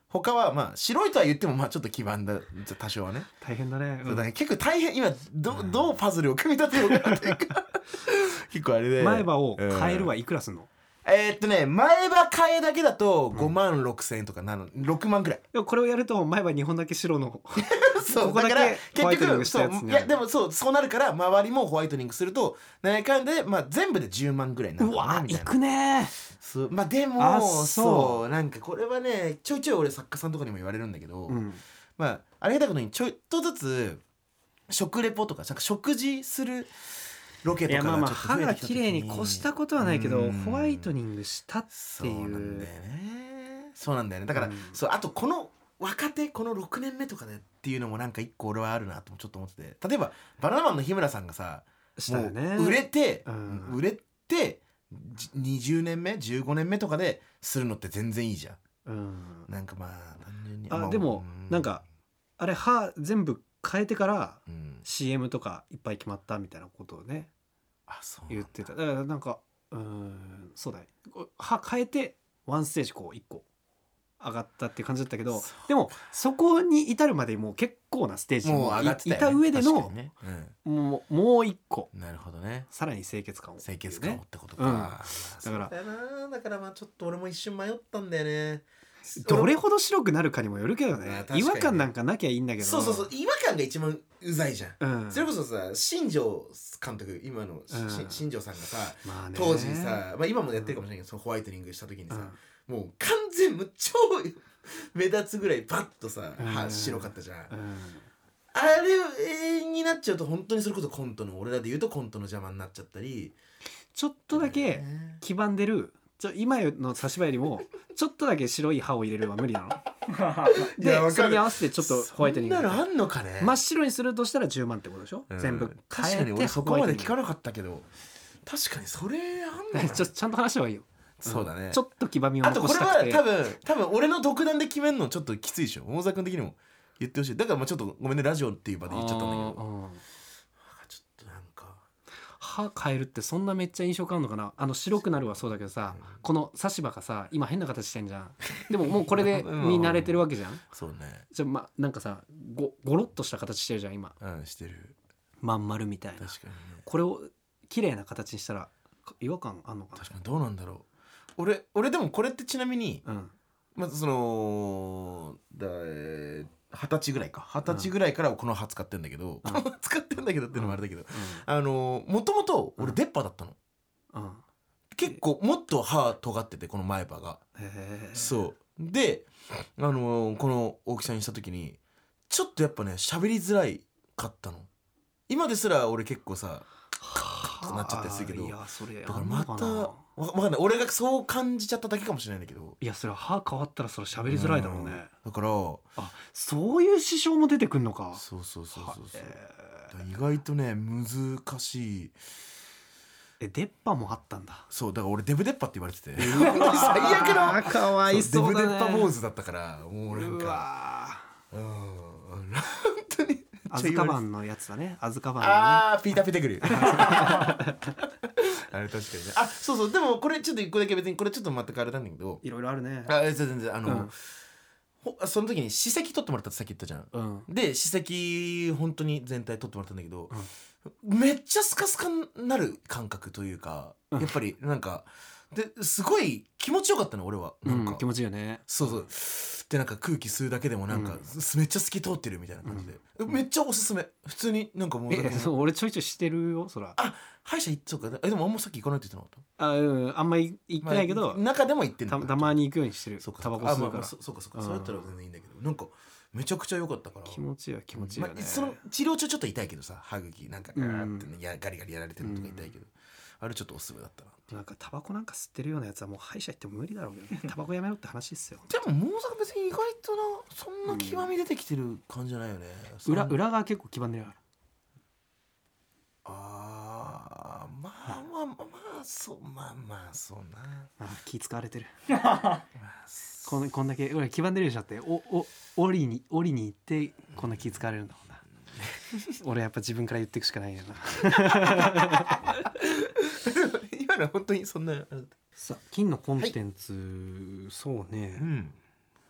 S3: 他はまあ白いとは言ってもまあちょっと黄ばんだ多少はね
S2: 大変だね、
S3: そうだね結構大変今 ど, どうパズルを組み立てようかなっていうか結構あれで
S2: 前歯を変えるはいくらすんの、
S3: うん、えー、っとね前歯変えだけだとごまんろくせんえんとかなのろくまんくらい。
S2: でもこれをやると前歯にほんだけ白の
S3: そう
S2: ここだけ
S3: だから
S2: ホワイトニング
S3: 結局そういやでもそうそうなるから周りもホワイトニングすると何やかんで、まあ、全部でじゅうまんぐらいになる
S2: うわい
S3: かなみたいな。
S2: くね
S3: そうまあでも
S2: あ
S3: そう
S2: そう
S3: なんかこれはねちょいちょい俺作家さんとかにも言われるんだけど、
S2: ー、うん、
S3: まあありがたいことにちょっとずつ食レポとかなんか食事するロケとか
S2: いやまあまあ
S3: がちょっと増
S2: 歯が
S3: えてきた時に
S2: 綺麗に越したことはないけど
S3: うん
S2: ホワイトニングしたって
S3: そう
S2: いう
S3: なんだよねそうなんだよねだから、
S2: うん
S3: そうあとこの若手このろくねんめとかでっていうのもなんか一個俺はあるなとちょっと思ってて例えばバナナマンの日村さんがさ
S2: したよね
S3: もう売れて、
S2: うん
S3: 売れてじにじゅうねんめじゅうごねんめとかでするのって全然いいじゃん。
S2: うん
S3: なんかまあ単純にま
S2: あでも
S3: う
S2: なんかあれ歯全部変えてから
S3: うん
S2: シーエム とかいっぱい決まったみたいなことをね
S3: あそう
S2: 言ってただからなんかうーんそうだね歯変えてワンステージこういっこ上がったっていう感じだったけどでもそこに至るまでもう結構なステージに
S3: もう上がってたよね
S2: いた上での
S3: 確かにね
S2: もうもう一個
S3: うん、なるほどね
S2: さらに清潔感を
S3: 清潔感をってことか、
S2: うん
S3: まあ
S2: だから
S3: そうだよなだからまあちょっと俺も一瞬迷ったんだよね
S2: どれほど白くなるかにもよるけど
S3: いや
S2: ね
S3: 確かにね
S2: 違和感なんかなきゃいいんだけど
S3: そうそうそう違和感が一番うざいじゃん、
S2: うん
S3: それこそさ新庄監督今の、
S2: うん
S3: し新庄さんがさ
S2: まあね
S3: 当時さ、まあ、今もやってるかもしれないけどそのホワイトニングした時にさ、
S2: うん
S3: もう完全無超目立つぐらいパッとさ、
S2: うん
S3: 歯白かったじゃん、
S2: うん
S3: あれになっちゃうと本当にそれこそコントの俺らで言うとコントの邪魔になっちゃったり
S2: ちょっとだけ
S3: ね
S2: 黄ばんでるちょ今の差し歯よりもちょっとだけ白い歯を入れるのは無理なの
S3: いやわかる
S2: でそれに合わせてちょっとホワイトニング
S3: そんなのあんのかね
S2: 真っ白にするとしたらじゅうまんってことでしょ、
S3: うん
S2: 全部
S3: 確かに俺そこまで聞かなかったけど確かにそれあんのかな
S2: ちょちゃんと話した方がいいよ、
S3: そうだね
S2: ちょっと黄ばみを
S3: あとこれ
S2: 残したくて
S3: は多分多分俺の独断で決めるのちょっときついでしょ大沢君的にも言ってほしいだからまあちょっとごめんねラジオっていう場で言っちゃったんだけど
S2: あーうん
S3: ちょっとなんか
S2: 歯変えるってそんなめっちゃ印象変わるのかなあの白くなるはそうだけどさ、この差し歯がさ今変な形してんじゃんでももうこれでに慣れてるわけじゃん
S3: そうね
S2: じゃあまなんかさごゴロッとした形してるじゃん今
S3: うんしてる
S2: まん丸みたいな
S3: 確かにね
S2: これを綺麗な形にしたら違和感あんのかな
S3: 確かにどうなんだろう俺俺でもこれってちなみに
S2: うん
S3: まずそのだえー二十歳ぐらいか二十歳ぐらいからこの歯使ってんだけど、この歯使ってんだけどっていうのもあれだけど、あのもともと俺出っ歯だったの、
S2: うんうん
S3: 結構もっと歯尖っててこの前歯が
S2: へえ
S3: そうであのこの大きさにした時にちょっとやっぱね喋りづらいかったの今ですら俺結構さとなっちゃったりするけど
S2: いやそれ
S3: だからまた
S2: あんのかな
S3: わわかんない俺がそう感じちゃっただけかもしれないんだけど
S2: いやそれ歯変わったらそれ喋りづらいだろうね、
S3: だから
S2: あそういう支障も出てくんのか
S3: そうそうそうそうそう
S2: え
S3: だから意外とね難しい
S2: え出っ歯もあったんだ
S3: そうだから俺デブデッパって言われてて本当に最悪の
S2: あかわいそうだね
S3: デブデッパ坊主だったからもうなん
S2: う
S3: か
S2: わ
S3: うん本当に
S2: アズカバンのやつだねアズカバンのね
S3: あーピーターピテクルあれ確かにねあそうそうでもこれちょっと一個だけ別にこれちょっと全くあれなんだけど
S2: いろいろあるね
S3: あ全然全然あの、
S2: うん
S3: ほその時に歯石取ってもらったってさっき言ったじゃん
S2: うん
S3: で歯石本当に全体取ってもらったんだけど、めっちゃスカスカになる感覚というか、
S2: うん
S3: やっぱりなんかですごい気持ちよかったの俺はなんか、
S2: うん気持ちいいよね
S3: そうそうでなんか空気吸うだけでもなんか、
S2: うん
S3: めっちゃ透き通ってるみたいな感じで、めっちゃおすすめ普通になんかもう
S2: えそう俺ちょいちょいしてるよそら
S3: あ歯医者行っそうかえでもあんまさっき行かないって言ってなかった
S2: あうんあんまり言ってないけど、
S3: まあ中でも行ってん
S2: た
S3: の
S2: たまに行くようにしてる
S3: そうか
S2: タバコ吸うから、
S3: あまあまあそそうかそうか
S2: うん
S3: そうやったら全然いいんだけどなんかめちゃくちゃ良かったから
S2: 気持ちいいよ気持ちいいよね、
S3: まあ、その治療中ちょっと痛いけどさ歯茎なんか
S2: うん
S3: ガーって、ねやガリガリやられてるのとか痛いけど、あれちょっとおすすめだったな
S2: なんかタバコなんか吸ってるようなやつはもう歯医者行っても無理だろうけどねタバコやめろって話ですよ
S3: でもモーザが別に意外となそんな極み出てきてる感じじゃないよね、
S2: 裏
S3: その
S2: 裏側結構黄ばんでるから
S3: あーまあまあまあまあそうまあまあそうな
S2: あ気使われてるこんこんだけ俺黄ばんでるでしょっておお折りに折りに行ってこんな気使われるんだもんな俺やっぱ自分から言っていくしかないよな
S3: 今のは本当にそんなあれだった
S2: さあ金のコンテンツ、そうね
S3: うん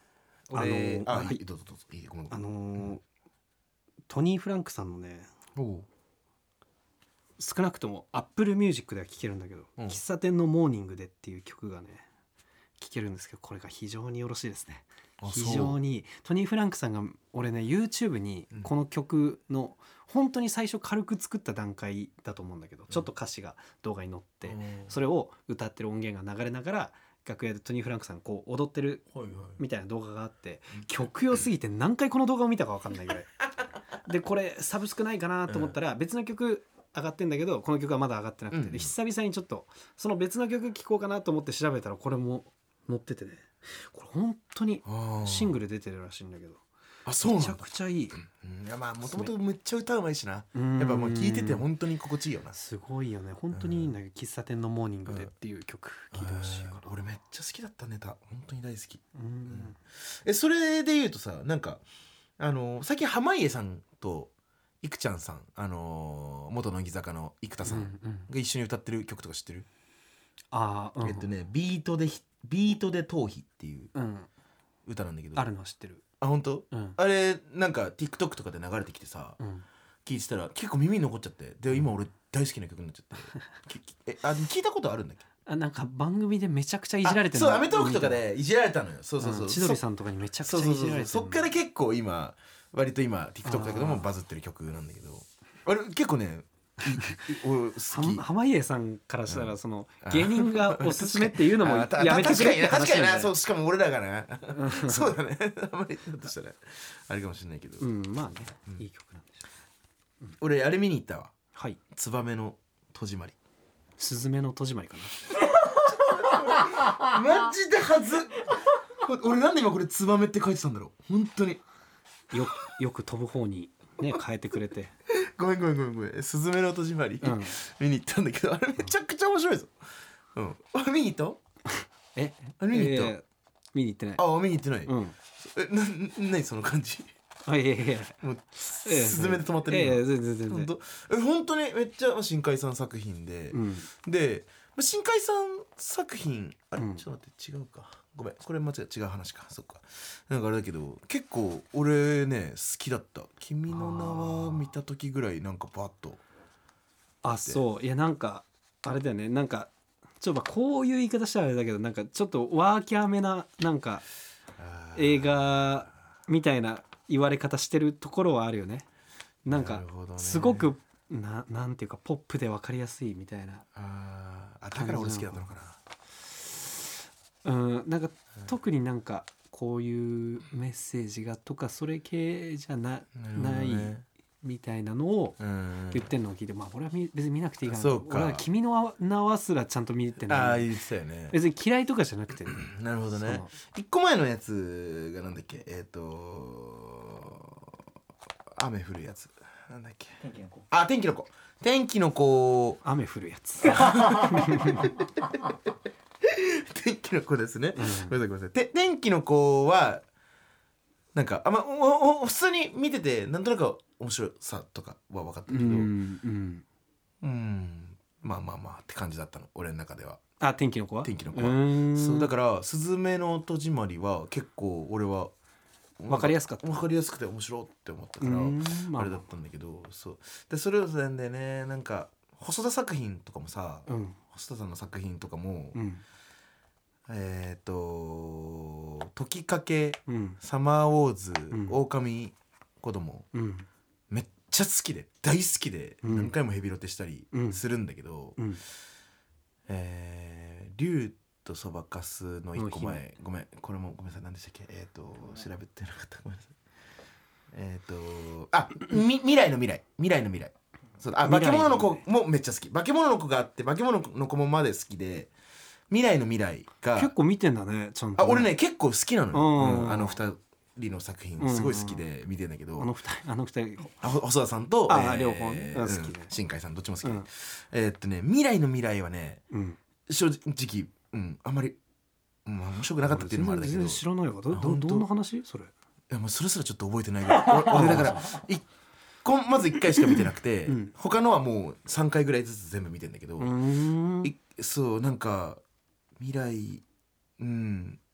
S3: 俺あ、
S2: あのーはい
S3: いいどうぞどうぞいいごめんご
S2: あ
S3: めん
S2: のートニー・フランクさんのね
S3: おう
S2: 少なくとも Apple Music では聴けるんだけど、
S3: うん
S2: 喫茶店のモーニングでっていう曲がね聴けるんですけど、これが非常によろしいですね。
S3: あ
S2: 非常にトニー・フランクさんが俺ね YouTube にこの曲の本当に最初軽く作った段階だと思うんだけど、ちょっと歌詞が動画に載ってそれを歌ってる音源が流れながら楽屋でトニー・フランクさんこう踊ってるみたいな動画があって、曲良すぎて何回この動画を見たか分かんないぐらいで、これサブスクないかなと思ったら別の曲上がってんだけどこの曲はまだ上がってなくて、で久々にちょっとその別の曲聴こうかなと思って調べたらこれも載っててね、これ本当にシングル出てるらしいんだけど、
S3: あそうなんだ。
S2: めちゃくちゃいい。
S3: うんいやまあもともとめっちゃ歌うまいしな、
S2: うん
S3: やっぱもう聴いてて本当に心地いいよな。
S2: すごいよね本当にいいんだけど、喫茶店のモーニングでっていう曲聴いてほしいかな。
S3: 俺めっちゃ好きだったネタ、本当に大好き。
S2: うん
S3: えそれで言うとさ、なんかあの最近濱家さんといくちゃんさん、あの元乃木坂の生田さん
S2: うんうん
S3: が一緒に歌ってる曲とか知ってる？
S2: あー、うん
S3: えっとねビートでひビートで逃避っていう
S2: うん、
S3: 歌なんだけど、
S2: あるのは知ってる。
S3: あ本当？
S2: うん
S3: あれなんか TikTok とかで流れてきてさ、
S2: うん
S3: 聞いてたら結構耳に残っちゃって、で今俺大好きな曲になっちゃってききえあ聞いたことあるんだっけ？
S2: あなんか番組でめちゃくちゃいじられてるの
S3: あそうアメトーークとかでいじられたのよ。そうそうそう、
S2: ん千鳥さんとかにめちゃくちゃいじられてるの。
S3: そっから結構今割と今 TikTok だけども
S2: あー
S3: バズってる曲なんだけど、あれ結構ねいい俺好き。
S2: は濱家さんからしたら
S3: うん
S2: その
S3: あ
S2: 芸人がおすすめっていうのも
S3: あた
S2: やめてくれって
S3: 確かに確かにな、
S2: 話なんだよ。
S3: そうしかも俺らがなそうだねあんまりだとしたらあれかもしれないけど、
S2: うんまあね、いい曲なんでしょう。
S3: 俺あれ見に行ったわ、
S2: はい。
S3: ツバメの戸締まり。
S2: スズメの戸締まりか
S3: マジではずこれ俺なんで今これツバメって書いてたんだろう本当に。
S2: な。よよく飛ぶ方にね変えてくれて。
S3: ごめんごめんごめんごめん、スズメの戸締まり、
S2: うん
S3: 見に行ったんだけど、あれめちゃくちゃ面白いぞ。うんあ見に行った
S2: え
S3: あ見に行った
S2: えー見に行ってない。
S3: あ見に行ってない、
S2: うん。
S3: えな何その感じ
S2: あいやいやいや。
S3: もう
S2: ええ
S3: スズメで止まってる
S2: いやいや
S3: 今
S2: 全然全然。
S3: 本当え本当にめっちゃ新海さん作品で、
S2: うん。
S3: で新海さん作品あれ、
S2: うん
S3: ちょっと待って違うか、ごめんこれ間違う違う話か、そっかなんかあれだけど結構俺ね好きだった。君の名は見た時ぐらいなんかバッと
S2: あそういやなんかあれだよね、なんかちょっとまあこういう言い方したらあれだけどなんかちょっとワーキャーめななんか映画みたいな言われ方してるところはあるよね。なんか
S3: なるほどね
S2: すごくななんていうかポップで分かりやすいみたいな。
S3: あーあだから俺好きだったのかな。
S2: うんなんか特になんかこういうメッセージがとかそれ系じゃな、
S3: なるほど
S2: ない
S3: ね
S2: みたいなのを
S3: うん
S2: 言ってんのを聞いて、まあ俺はみ別に見なくていいかな。
S3: そうか
S2: 俺は君の名はすらちゃんと見て
S3: あ
S2: ない。
S3: あ言ってたよね。
S2: 別に嫌いとかじゃなくてね。
S3: なるほどね
S2: そう。
S3: 一個前のやつがなんだっけ、えっ、ー、と雨降るやつなんだっけ、
S4: 天気の子。
S3: あ天気の子天気の子
S2: 雨降るやつ。
S3: 天気の子ですね、
S2: うん
S3: ごめんなさいごめんなさい。て天気の子はなんかあまおお普通に見ててなんとなく面白さとかは分かった
S2: う
S3: けど、
S2: んうん。
S3: うんまあまあまあって感じだったの俺の中では。
S2: あ天気の子は？
S3: 天気の子は
S2: うーん
S3: そうだからスズメの戸締まりは結構俺は
S2: わかりやすかった。
S3: 分かりやすくて面白って思ったから、
S2: うんまあ
S3: あれだったんだけど、そうでそれをなんでね、なんか細田作品とかもさ、
S2: うん
S3: 細田さんの作品とかも、
S2: うん
S3: えっ、と時かけ
S2: うん
S3: サマーウォーズ、
S2: ん
S3: 狼子供
S2: うん
S3: めっちゃ好きで大好きで
S2: うん
S3: 何回もヘビロテしたり
S2: うん
S3: するんだけど、
S2: うん
S3: えー、竜とそばかすの一個
S2: の
S3: 前、ごめんこれもごめんなさい何でしたっけ、えっ、と調べてなかったごめんなさい。えっ、とあみ未来の未来未来の未来そうだ、あ化け物の子もめっちゃ好き。化け物の子があって化け物の子もまで好きで、未来の未来が
S2: 結構見てんだねちゃんと
S3: あ俺ね結構好きなのよ、
S2: うん
S3: うんあの二人の作品すごい好きで見てんだけど、
S2: あの二人あの二人
S3: あほ細田さんと、
S2: あ両方ね
S3: うん
S2: 好きね
S3: 新海さんどっちも好きで、
S2: うん
S3: えーっとね未来の未来はね
S2: うん
S3: 正直、うん、あんまり、うん、面白くなかったっていうのもあるんだけど、い
S2: 全然知らないわどど
S3: あ本当
S2: どんな話それ
S3: やもうそれすらちょっと覚えてないぐらい俺俺だからいこんまずいっかいしか見てなくて、
S2: うん
S3: 他のはもうさんかいぐらいずつ全部見てんだけど、
S2: うーん
S3: いそうなんか未来うん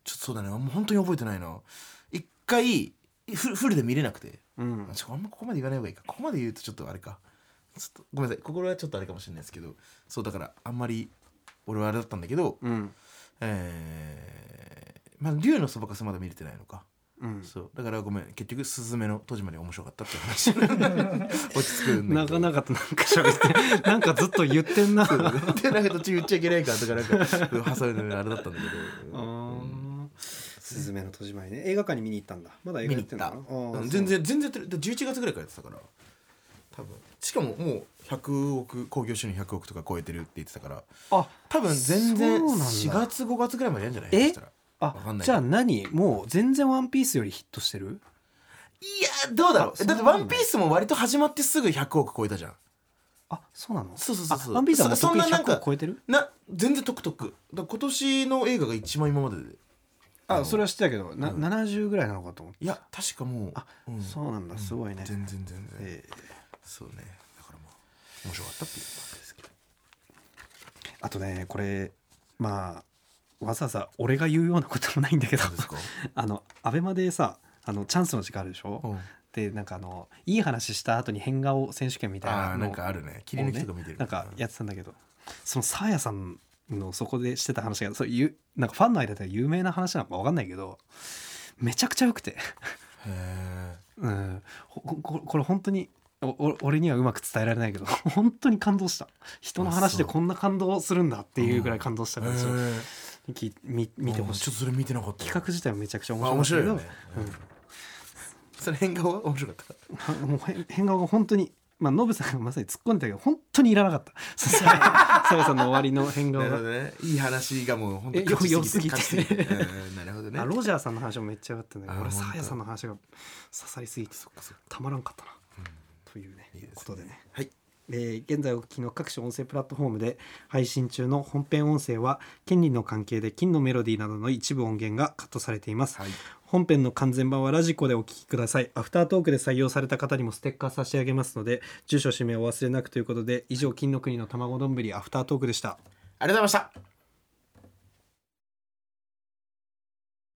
S3: ちょっとそうだねもう本当に覚えてないな。一回フフルで見れなくて、
S2: うん、
S3: ちょあんまここまで言わない方がいいか。ここまで言うとちょっとあれかちょっとごめんなさいここはちょっとあれかもしれないですけどそうだからあんまり俺はあれだったんだけど、
S2: うん、
S3: えー、まあ竜のそばかすまだ見れてないのか、
S2: うん、
S3: そうだからごめん結局スズメの戸締まり面白かったっていう話落ち着くんだけど
S2: 長々となんか喋ってなんかずっと言ってんな
S3: そうだねでなんか途中言っちゃいけないかとかなんか挟むのあれだったんだけど
S2: あスズメの戸締まりね映画館に見に行ったんだまだ映画やってんのかな
S3: 見に行った、うん、全然全然やってるじゅういちがつぐらいからやってたから多分しかももうひゃくおく興行収入ひゃくおくとか超えてるって言ってたから
S2: あ
S3: 多分全然
S2: そうなんだ
S3: しがつごがつぐらいまでやるんじゃない
S2: え
S3: そしたら
S2: あ
S3: わかんない
S2: じゃあ何もう全然ワンピースよりヒットしてる
S3: いやどうだろう
S2: あ
S3: だってワンピースも割と始まってすぐひゃくおく超えたじゃん
S2: あそうなの
S3: そうそうそうそう
S2: あワンピースはもう
S3: そ
S2: 特にひゃく
S3: そんななんか
S2: を超えてる
S3: な全然トクトクだ今年の映画が一番今までで
S2: あそれは知ってたけどな、
S3: うん
S2: ななじゅうぐらいなのかと思って
S3: いや確かもう
S2: あ、
S3: うん
S2: そうなんだすごいね、
S3: 全然全然、
S2: えー
S3: そうねだからまあ面白かったっていうわけですけど
S2: あとねこれまあわざわざ俺が言うようなこともないんだけど
S3: 何ですか
S2: あのアベマでさあのチャンスの時間あるでしょ、
S3: うん
S2: でなんかあのいい話した後に変顔選手権みたいなの
S3: あーなんかあるね切り抜きとか見てる、
S2: ね、なんかやってたんだけどそのサーヤさんのそこでしてた話がそういうなんかファンの間では有名な話なのか分かんないけどめちゃくちゃ良くて
S3: へ
S2: うんこここれ本当におお俺にはうまく伝えられないけど本当に感動した人の話でこんな感動するんだっていうぐらい感動したからちょっとき見見てほしい
S3: ちょっとそれ見てなかった
S2: 企画自体はめちゃくちゃ面
S3: あ面
S2: 白いけど
S3: 白いよね、うんそれ変顔は面白かった
S2: はもう変変顔が本当にまあノブさんがまさに突っ込んでたけど本当にいらなかったさやさんの終わりの変顔が
S3: なるほどねいい話がもう本当
S2: えよ良すぎて
S3: 勝ちすぎてうんなるほどね
S2: あロジャーさんの話もめっちゃ良かったんだけど
S3: あ
S2: 俺
S3: 本当
S2: さやさんの話が刺さりすぎてたまらんかったな、
S3: うん
S2: というね
S3: いいですね
S2: ことでね、
S3: はい
S2: えー現在お聞きの各種音声プラットフォームで配信中の本編音声は権利の関係で金のメロディーなどの一部音源がカットされています、
S3: はい
S2: 本編の完全版はラジコでお聞きください。アフタートークで採用された方にもステッカー差し上げますので住所氏名をお忘れなくということで以上金の国の卵丼ぶりアフタートークでした。
S3: ありがとうございました。